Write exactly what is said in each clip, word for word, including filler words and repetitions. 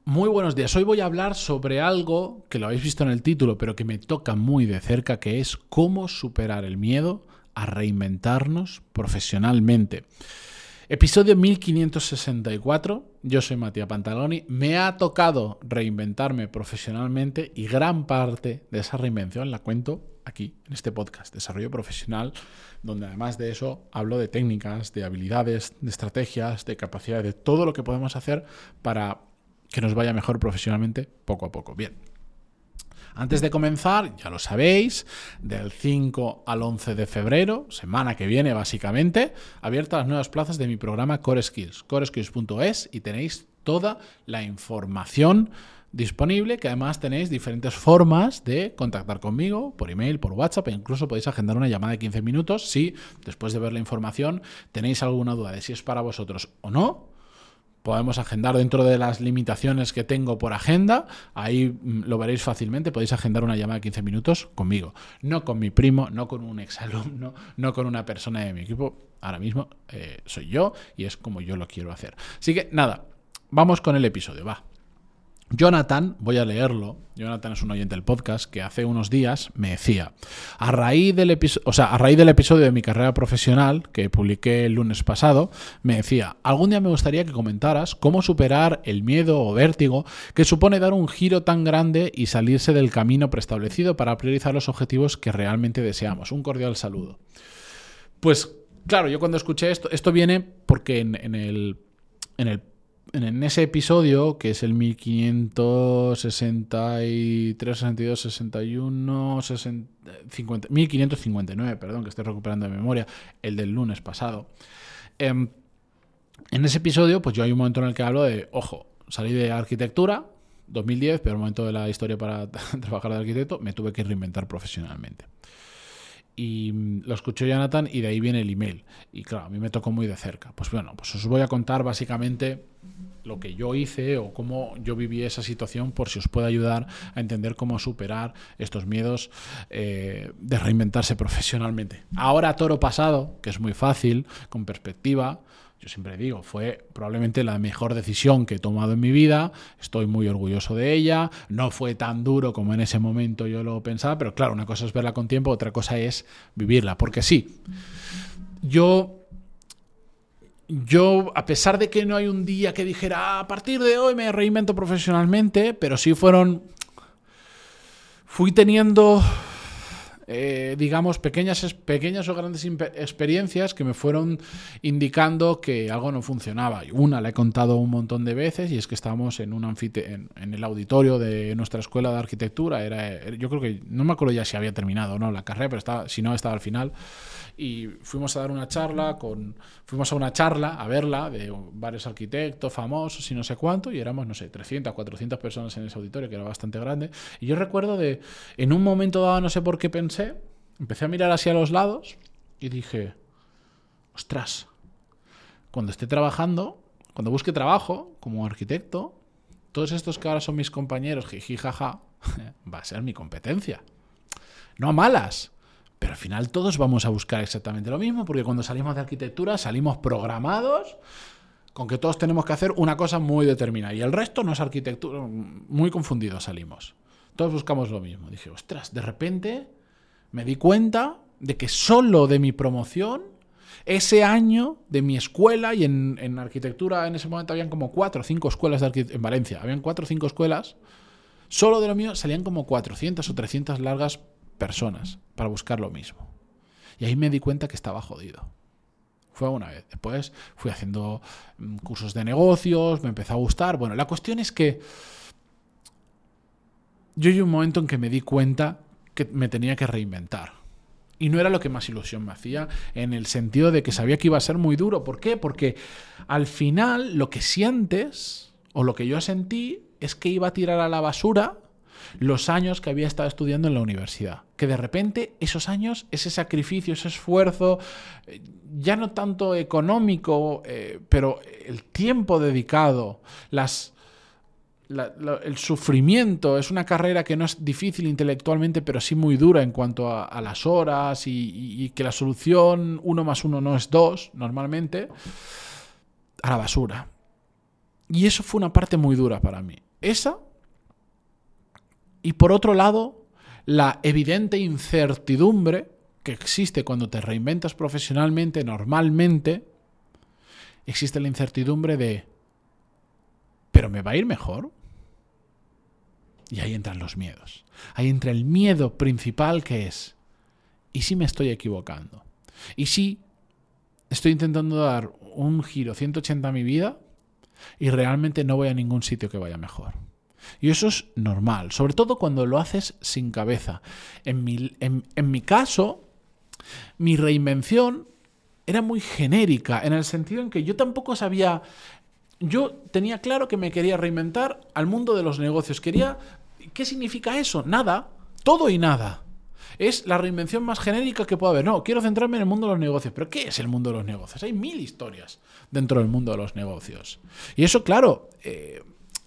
Muy buenos días. Hoy voy a hablar sobre algo que lo habéis visto en el título, pero que me toca muy de cerca, que es cómo superar el miedo a reinventarnos profesionalmente. Episodio mil quinientos sesenta y cuatro, yo soy Matías Pantaloni, me ha tocado reinventarme profesionalmente y gran parte de esa reinvención la cuento aquí, en este podcast, Desarrollo Profesional, donde además de eso hablo de técnicas, de habilidades, de estrategias, de capacidades, de todo lo que podemos hacer para que nos vaya mejor profesionalmente poco a poco. Bien. Antes de comenzar, ya lo sabéis, del cinco al once de febrero, semana que viene básicamente, abiertas las nuevas plazas de mi programa Core Skills, core skills punto es, y tenéis toda la información disponible, que además tenéis diferentes formas de contactar conmigo, por email, por WhatsApp, e incluso podéis agendar una llamada de quince minutos si, después de ver la información, tenéis alguna duda de si es para vosotros o no. Podemos agendar dentro de las limitaciones que tengo por agenda. Ahí lo veréis fácilmente. Podéis agendar una llamada de quince minutos conmigo. No con mi primo, no con un exalumno, no con una persona de mi equipo. Ahora mismo eh, soy yo y es como yo lo quiero hacer. Así que nada, vamos con el episodio. Va. Jonathan, voy a leerlo, Jonathan es un oyente del podcast que hace unos días me decía, a raíz del episodio, o sea, a raíz del episodio de mi carrera profesional que publiqué el lunes pasado, me decía, algún día me gustaría que comentaras cómo superar el miedo o vértigo que supone dar un giro tan grande y salirse del camino preestablecido para priorizar los objetivos que realmente deseamos. Un cordial saludo. Pues claro, yo cuando escuché esto, esto viene porque en, en el en el En ese episodio, que es el mil quinientos sesenta y tres, sesenta y dos, sesenta y uno, cincuenta, mil quinientos cincuenta y nueve, perdón, que estoy recuperando de memoria, el del lunes pasado. Eh, en ese episodio, pues yo hay un momento en el que hablo de, ojo, salí de arquitectura, dos mil diez, peor momento de la historia para trabajar de arquitecto, me tuve que reinventar profesionalmente. Y lo escuchó Jonathan y de ahí viene el email. Y claro, a mí me tocó muy de cerca. Pues bueno, pues os voy a contar básicamente lo que yo hice o cómo yo viví esa situación por si os puede ayudar a entender cómo superar estos miedos eh, de reinventarse profesionalmente. Ahora toro pasado, que es muy fácil, con perspectiva, yo siempre digo, fue probablemente la mejor decisión que he tomado en mi vida, estoy muy orgulloso de ella, no fue tan duro como en ese momento yo lo pensaba, pero claro, una cosa es verla con tiempo, otra cosa es vivirla, porque sí, yo... Yo, a pesar de que no hay un día que dijera, ah, a partir de hoy me reinvento profesionalmente, pero sí fueron... Fui teniendo... Eh, digamos, pequeñas, pequeñas o grandes experiencias que me fueron indicando que algo no funcionaba. Y una la he contado un montón de veces y es que estábamos en un anfite en, en el auditorio de nuestra escuela de arquitectura. Era, yo creo que, no me acuerdo ya si había terminado o no la carrera, pero estaba, si no, estaba al final. Y fuimos a dar una charla, con fuimos a una charla a verla de varios arquitectos famosos y no sé cuánto, y éramos, no sé, trescientas, cuatrocientas personas en ese auditorio, que era bastante grande. Y yo recuerdo de, en un momento dado, no sé por qué pensé, empecé a mirar hacia los lados y dije, ostras, cuando esté trabajando, cuando busque trabajo como arquitecto, todos estos que ahora son mis compañeros, jiji, jaja, va a ser mi competencia. No a malas, pero al final todos vamos a buscar exactamente lo mismo, porque cuando salimos de arquitectura salimos programados con que todos tenemos que hacer una cosa muy determinada y el resto no es arquitectura, muy confundidos salimos. Todos buscamos lo mismo. Dije, ostras, de repente me di cuenta de que solo de mi promoción, ese año de mi escuela, y en, en arquitectura en ese momento habían como cuatro o cinco escuelas de arquitectura, en Valencia, habían cuatro o cinco escuelas, solo de lo mío salían como cuatrocientas o trescientas largas personas para buscar lo mismo. Y ahí me di cuenta que estaba jodido. Fue una vez. Después fui haciendo cursos de negocios, me empezó a gustar. Bueno, la cuestión es que yo llegué a un momento en que me di cuenta que me tenía que reinventar. Y no era lo que más ilusión me hacía, en el sentido de que sabía que iba a ser muy duro. ¿Por qué? Porque al final lo que sientes, o lo que yo sentí, es que iba a tirar a la basura los años que había estado estudiando en la universidad. Que de repente esos años, ese sacrificio, ese esfuerzo, ya no tanto económico, eh, pero el tiempo dedicado, las, la, la, el sufrimiento, es una carrera que no es difícil intelectualmente, pero sí muy dura en cuanto a, a las horas y, y, y que la solución uno más uno no es dos, normalmente, a la basura. Y eso fue una parte muy dura para mí. esa, y por otro lado, la evidente incertidumbre que existe cuando te reinventas profesionalmente, normalmente, existe la incertidumbre de, ¿pero me va a ir mejor? Y ahí entran los miedos. Ahí entra el miedo principal, que es, ¿y si me estoy equivocando? ¿Y si estoy intentando dar un giro ciento ochenta a mi vida y realmente no voy a ningún sitio que vaya mejor? Y eso es normal, sobre todo cuando lo haces sin cabeza. En mi, en, en mi caso, mi reinvención era muy genérica, en el sentido en que yo tampoco sabía... Yo tenía claro que me quería reinventar al mundo de los negocios. Quería... ¿Qué significa eso? Nada. Todo y nada. Es la reinvención más genérica que pueda haber. No, quiero centrarme en el mundo de los negocios. ¿Pero qué es el mundo de los negocios? Hay mil historias dentro del mundo de los negocios. Y eso, claro... Eh,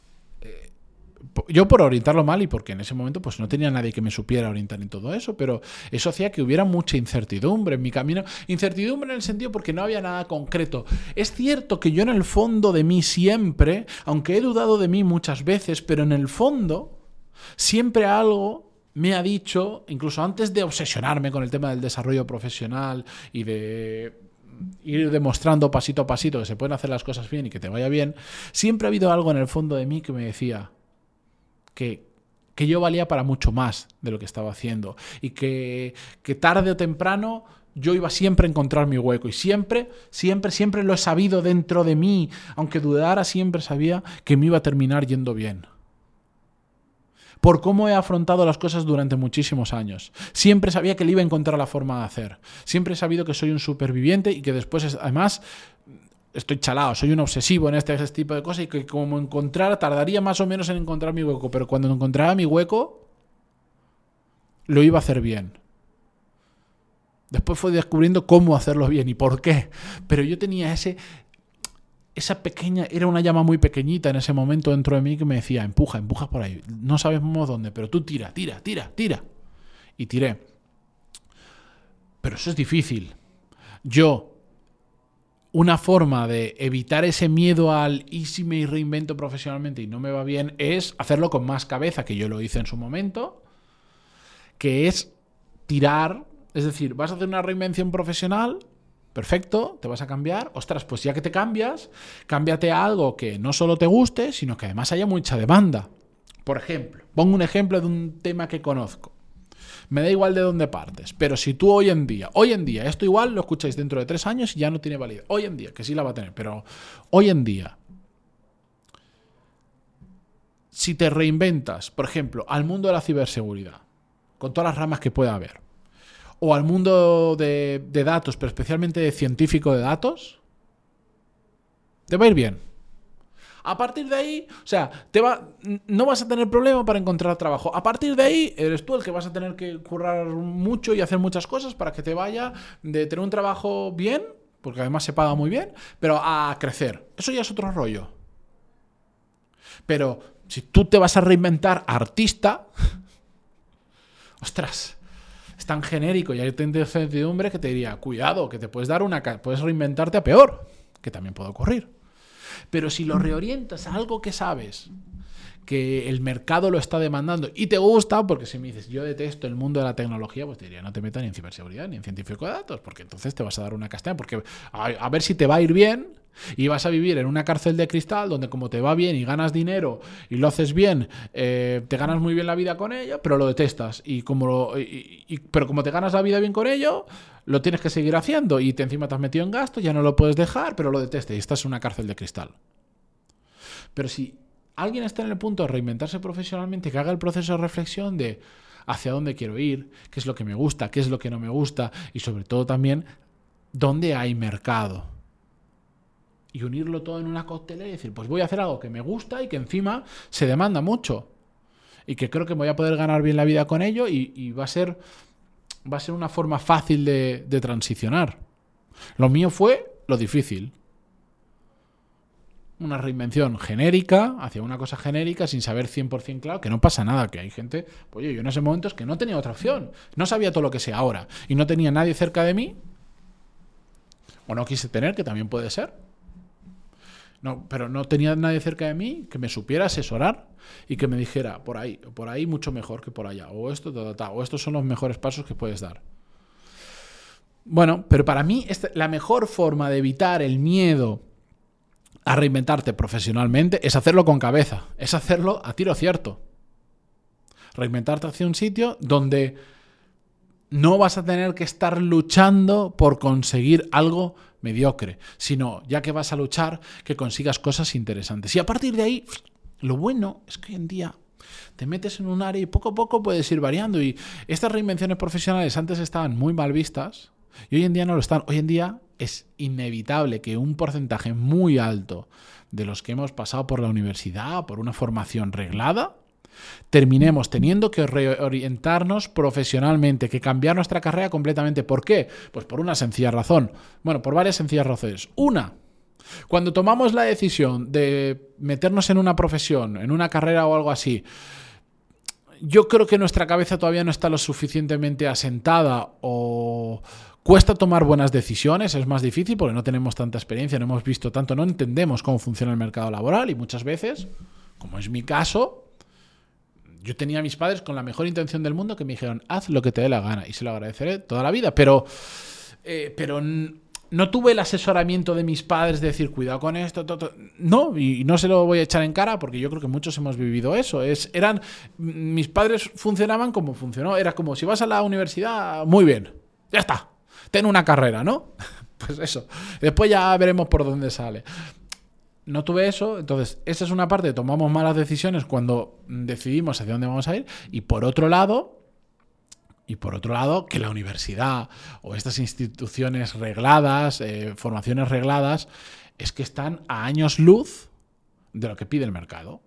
Yo por orientarlo mal y porque en ese momento pues no tenía nadie que me supiera orientar en todo eso, pero eso hacía que hubiera mucha incertidumbre en mi camino. Incertidumbre en el sentido porque no había nada concreto. Es cierto que yo en el fondo de mí siempre, aunque he dudado de mí muchas veces, pero en el fondo siempre algo me ha dicho, incluso antes de obsesionarme con el tema del desarrollo profesional y de... ir demostrando pasito a pasito que se pueden hacer las cosas bien y que te vaya bien, siempre ha habido algo en el fondo de mí que me decía que, que yo valía para mucho más de lo que estaba haciendo y que, que tarde o temprano yo iba siempre a encontrar mi hueco y siempre, siempre, siempre lo he sabido dentro de mí, aunque dudara, siempre sabía que me iba a terminar yendo bien. Por cómo he afrontado las cosas durante muchísimos años. Siempre sabía que le iba a encontrar la forma de hacer. Siempre he sabido que soy un superviviente y que después, además, estoy chalado, soy un obsesivo en este, este tipo de cosas y que como encontrar, tardaría más o menos en encontrar mi hueco, pero cuando encontrara mi hueco, lo iba a hacer bien. Después fui descubriendo cómo hacerlo bien y por qué. Pero yo tenía ese... Esa pequeña, era una llama muy pequeñita en ese momento dentro de mí que me decía, empuja, empuja por ahí. No sabemos dónde, pero tú tira, tira, tira, tira. Y tiré. Pero eso es difícil. Yo, una forma de evitar ese miedo al ¿y si me reinvento profesionalmente y no me va bien? Es hacerlo con más cabeza, que yo lo hice en su momento, que es tirar, es decir, vas a hacer una reinvención profesional. Perfecto, te vas a cambiar. Ostras, pues ya que te cambias, cámbiate a algo que no solo te guste, sino que además haya mucha demanda. Por ejemplo, pongo un ejemplo de un tema que conozco. Me da igual de dónde partes, pero si tú hoy en día, hoy en día, esto igual lo escucháis dentro de tres años y ya no tiene validez. Hoy en día, que sí la va a tener, pero hoy en día, si te reinventas, por ejemplo, al mundo de la ciberseguridad, con todas las ramas que pueda haber, o al mundo de, de datos, pero especialmente de científico de datos, te va a ir bien. A partir de ahí, o sea, te va, no vas a tener problema para encontrar trabajo. A partir de ahí, eres tú el que vas a tener que currar mucho y hacer muchas cosas para que te vaya de tener un trabajo bien, porque además se paga muy bien, pero a crecer. Eso ya es otro rollo. Pero si tú te vas a reinventar artista, ostras, es tan genérico y hay tanta incertidumbre que te diría, cuidado, que te puedes dar una, puedes reinventarte a peor, que también puede ocurrir. Pero si lo reorientas a algo que sabes que el mercado lo está demandando y te gusta, porque si me dices yo detesto el mundo de la tecnología, pues te diría no te metas ni en ciberseguridad ni en científico de datos, porque entonces te vas a dar una castaña, porque a, a ver si te va a ir bien y vas a vivir en una cárcel de cristal donde como te va bien y ganas dinero y lo haces bien, eh, te ganas muy bien la vida con ello, pero lo detestas y como lo, y, y, pero como te ganas la vida bien con ello, lo tienes que seguir haciendo y te encima te has metido en gasto, ya no lo puedes dejar, pero lo detestas y estás en una cárcel de cristal. Pero si alguien está en el punto de reinventarse profesionalmente, que haga el proceso de reflexión de hacia dónde quiero ir, qué es lo que me gusta, qué es lo que no me gusta y sobre todo también dónde hay mercado. Y unirlo todo en una coctelera y decir, pues voy a hacer algo que me gusta y que encima se demanda mucho. Y que creo que voy a poder ganar bien la vida con ello y, y va a ser, va a ser una forma fácil de, de transicionar. Lo mío fue lo difícil. Una reinvención genérica hacia una cosa genérica sin saber cien por ciento claro, que no pasa nada, que hay gente, oye, yo en ese momento es que no tenía otra opción, no sabía todo lo que sé ahora y no tenía nadie cerca de mí o no quise tener, que también puede ser. No, pero no tenía nadie cerca de mí que me supiera asesorar y que me dijera por ahí, por ahí mucho mejor que por allá, o esto, ta, ta, ta, o estos son los mejores pasos que puedes dar. Bueno, pero para mí esta, la mejor forma de evitar el miedo a reinventarte profesionalmente es hacerlo con cabeza, es hacerlo a tiro cierto. Reinventarte hacia un sitio donde no vas a tener que estar luchando por conseguir algo mediocre, sino ya que vas a luchar, que consigas cosas interesantes. Y a partir de ahí, lo bueno es que hoy en día te metes en un área y poco a poco puedes ir variando. Y estas reinvenciones profesionales antes estaban muy mal vistas y hoy en día no lo están. Hoy en día es inevitable que un porcentaje muy alto de los que hemos pasado por la universidad, por una formación reglada, terminemos teniendo que reorientarnos profesionalmente, que cambiar nuestra carrera completamente. ¿Por qué? Pues por una sencilla razón. Bueno, por varias sencillas razones. Una, cuando tomamos la decisión de meternos en una profesión, en una carrera o algo así, yo creo que nuestra cabeza todavía no está lo suficientemente asentada o cuesta tomar buenas decisiones, es más difícil porque no tenemos tanta experiencia, no hemos visto tanto, no entendemos cómo funciona el mercado laboral y muchas veces, como es mi caso, yo tenía a mis padres con la mejor intención del mundo que me dijeron, haz lo que te dé la gana y se lo agradeceré toda la vida, pero, eh, pero no tuve el asesoramiento de mis padres de decir, cuidado con esto, to, to. no, y no se lo voy a echar en cara porque yo creo que muchos hemos vivido eso. Es, eran, mis padres funcionaban como funcionó, era como si vas a la universidad, muy bien, ya está, ten una carrera, ¿no? Pues eso, después ya veremos por dónde sale. No tuve eso, entonces esa es una parte, tomamos malas decisiones cuando decidimos hacia dónde vamos a ir, y por otro lado, y por otro lado, que la universidad o estas instituciones regladas, eh, formaciones regladas, es que están a años luz de lo que pide el mercado.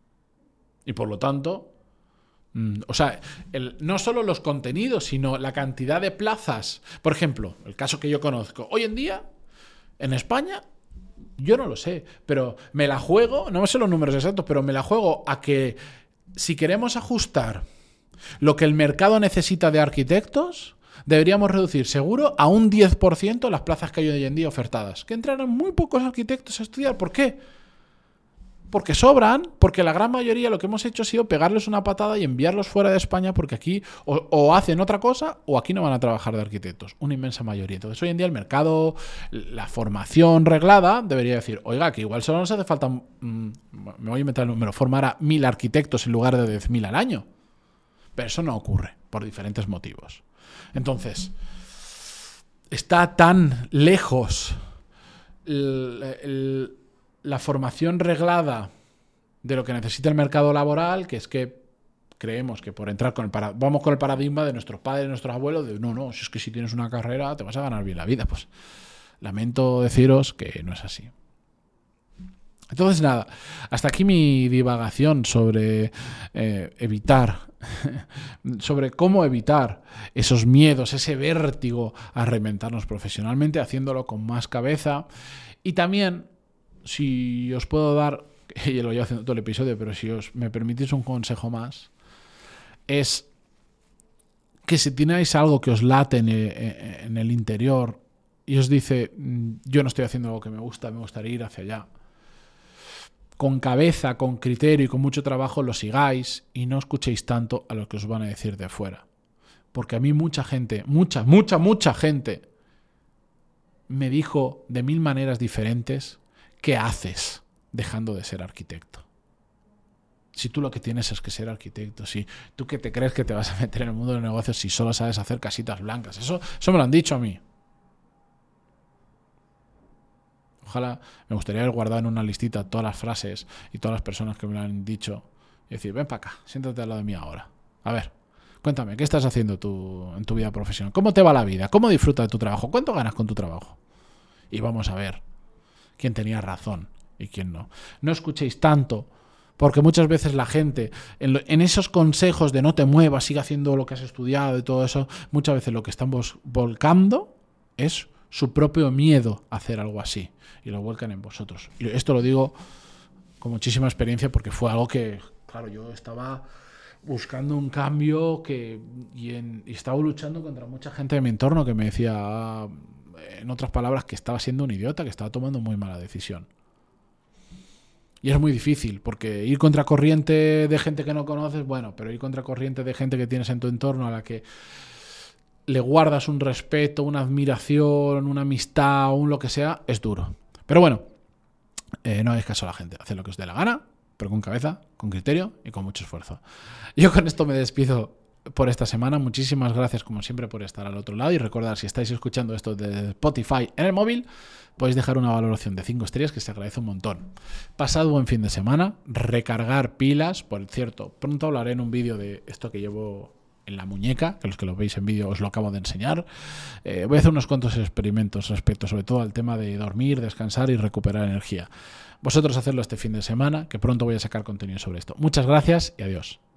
Y por lo tanto, mmm, o sea, el, no solo los contenidos, sino la cantidad de plazas. Por ejemplo, el caso que yo conozco, hoy en día, en España, yo no lo sé, pero me la juego, no sé los números exactos, pero me la juego a que si queremos ajustar lo que el mercado necesita de arquitectos, deberíamos reducir seguro a un diez por ciento las plazas que hay hoy en día ofertadas. Que entrarán muy pocos arquitectos a estudiar. ¿Por qué? Porque sobran, porque la gran mayoría lo que hemos hecho ha sido pegarles una patada y enviarlos fuera de España porque aquí o, o hacen otra cosa o aquí no van a trabajar de arquitectos, una inmensa mayoría. Entonces hoy en día el mercado, la formación reglada debería decir, oiga, que igual solo nos hace falta, mmm, me voy a inventar el número, formar a mil arquitectos en lugar de diez mil al año. Pero eso no ocurre por diferentes motivos. Entonces, está tan lejos el... el la formación reglada de lo que necesita el mercado laboral, que es que creemos que por entrar con el para, vamos con el paradigma de nuestros padres, de nuestros abuelos, de no, no, si es que si tienes una carrera te vas a ganar bien la vida. Pues lamento deciros que no es así. Entonces nada, hasta aquí mi divagación sobre eh, evitar, sobre cómo evitar esos miedos, ese vértigo a reinventarnos profesionalmente, haciéndolo con más cabeza. Y también, si os puedo dar, y lo llevo haciendo todo el episodio, pero si os me permitís un consejo más, es que si tenéis algo que os late en el, en el interior y os dice, yo no estoy haciendo algo que me gusta, me gustaría ir hacia allá, con cabeza, con criterio y con mucho trabajo lo sigáis y no escuchéis tanto a lo que os van a decir de fuera. Porque a mí mucha gente, mucha, mucha, mucha gente me dijo de mil maneras diferentes, ¿qué haces dejando de ser arquitecto? Si tú lo que tienes es que ser arquitecto, si tú que te crees que te vas a meter en el mundo de los negocios si solo sabes hacer casitas blancas, eso, eso me lo han dicho a mí. Ojalá, me gustaría haber guardado en una listita todas las frases y todas las personas que me lo han dicho y decir, ven para acá, siéntate al lado de mí ahora. A ver, cuéntame, ¿qué estás haciendo tú en tu vida profesional? ¿Cómo te va la vida? ¿Cómo disfrutas de tu trabajo? ¿Cuánto ganas con tu trabajo? Y vamos a ver quién tenía razón y quién no. No escuchéis tanto, porque muchas veces la gente, en, lo, en esos consejos de no te muevas, sigue haciendo lo que has estudiado y todo eso, muchas veces lo que estamos volcando es su propio miedo a hacer algo así y lo vuelcan en vosotros. Y esto lo digo con muchísima experiencia porque fue algo que, claro, yo estaba buscando un cambio que, y, en, y estaba luchando contra mucha gente de mi entorno que me decía, en otras palabras, que estaba siendo un idiota, que estaba tomando muy mala decisión. Y es muy difícil, porque ir contra corriente de gente que no conoces, bueno, pero ir contra corriente de gente que tienes en tu entorno a la que le guardas un respeto, una admiración, una amistad o un lo que sea, es duro. Pero bueno, eh, no hagáis caso a la gente, haced lo que os dé la gana, pero con cabeza, con criterio y con mucho esfuerzo. Yo con esto me despido por esta semana. Muchísimas gracias como siempre por estar al otro lado y recordad, si estáis escuchando esto de Spotify en el móvil, podéis dejar una valoración de cinco estrellas que se agradece un montón. Pasad buen fin de semana, recargar pilas. Por cierto, pronto hablaré en un vídeo de esto que llevo en la muñeca, que los que lo veis en vídeo os lo acabo de enseñar. Eh, voy a hacer unos cuantos experimentos respecto sobre todo al tema de dormir, descansar y recuperar energía. Vosotros hacedlo este fin de semana, que pronto voy a sacar contenido sobre esto. Muchas gracias y adiós.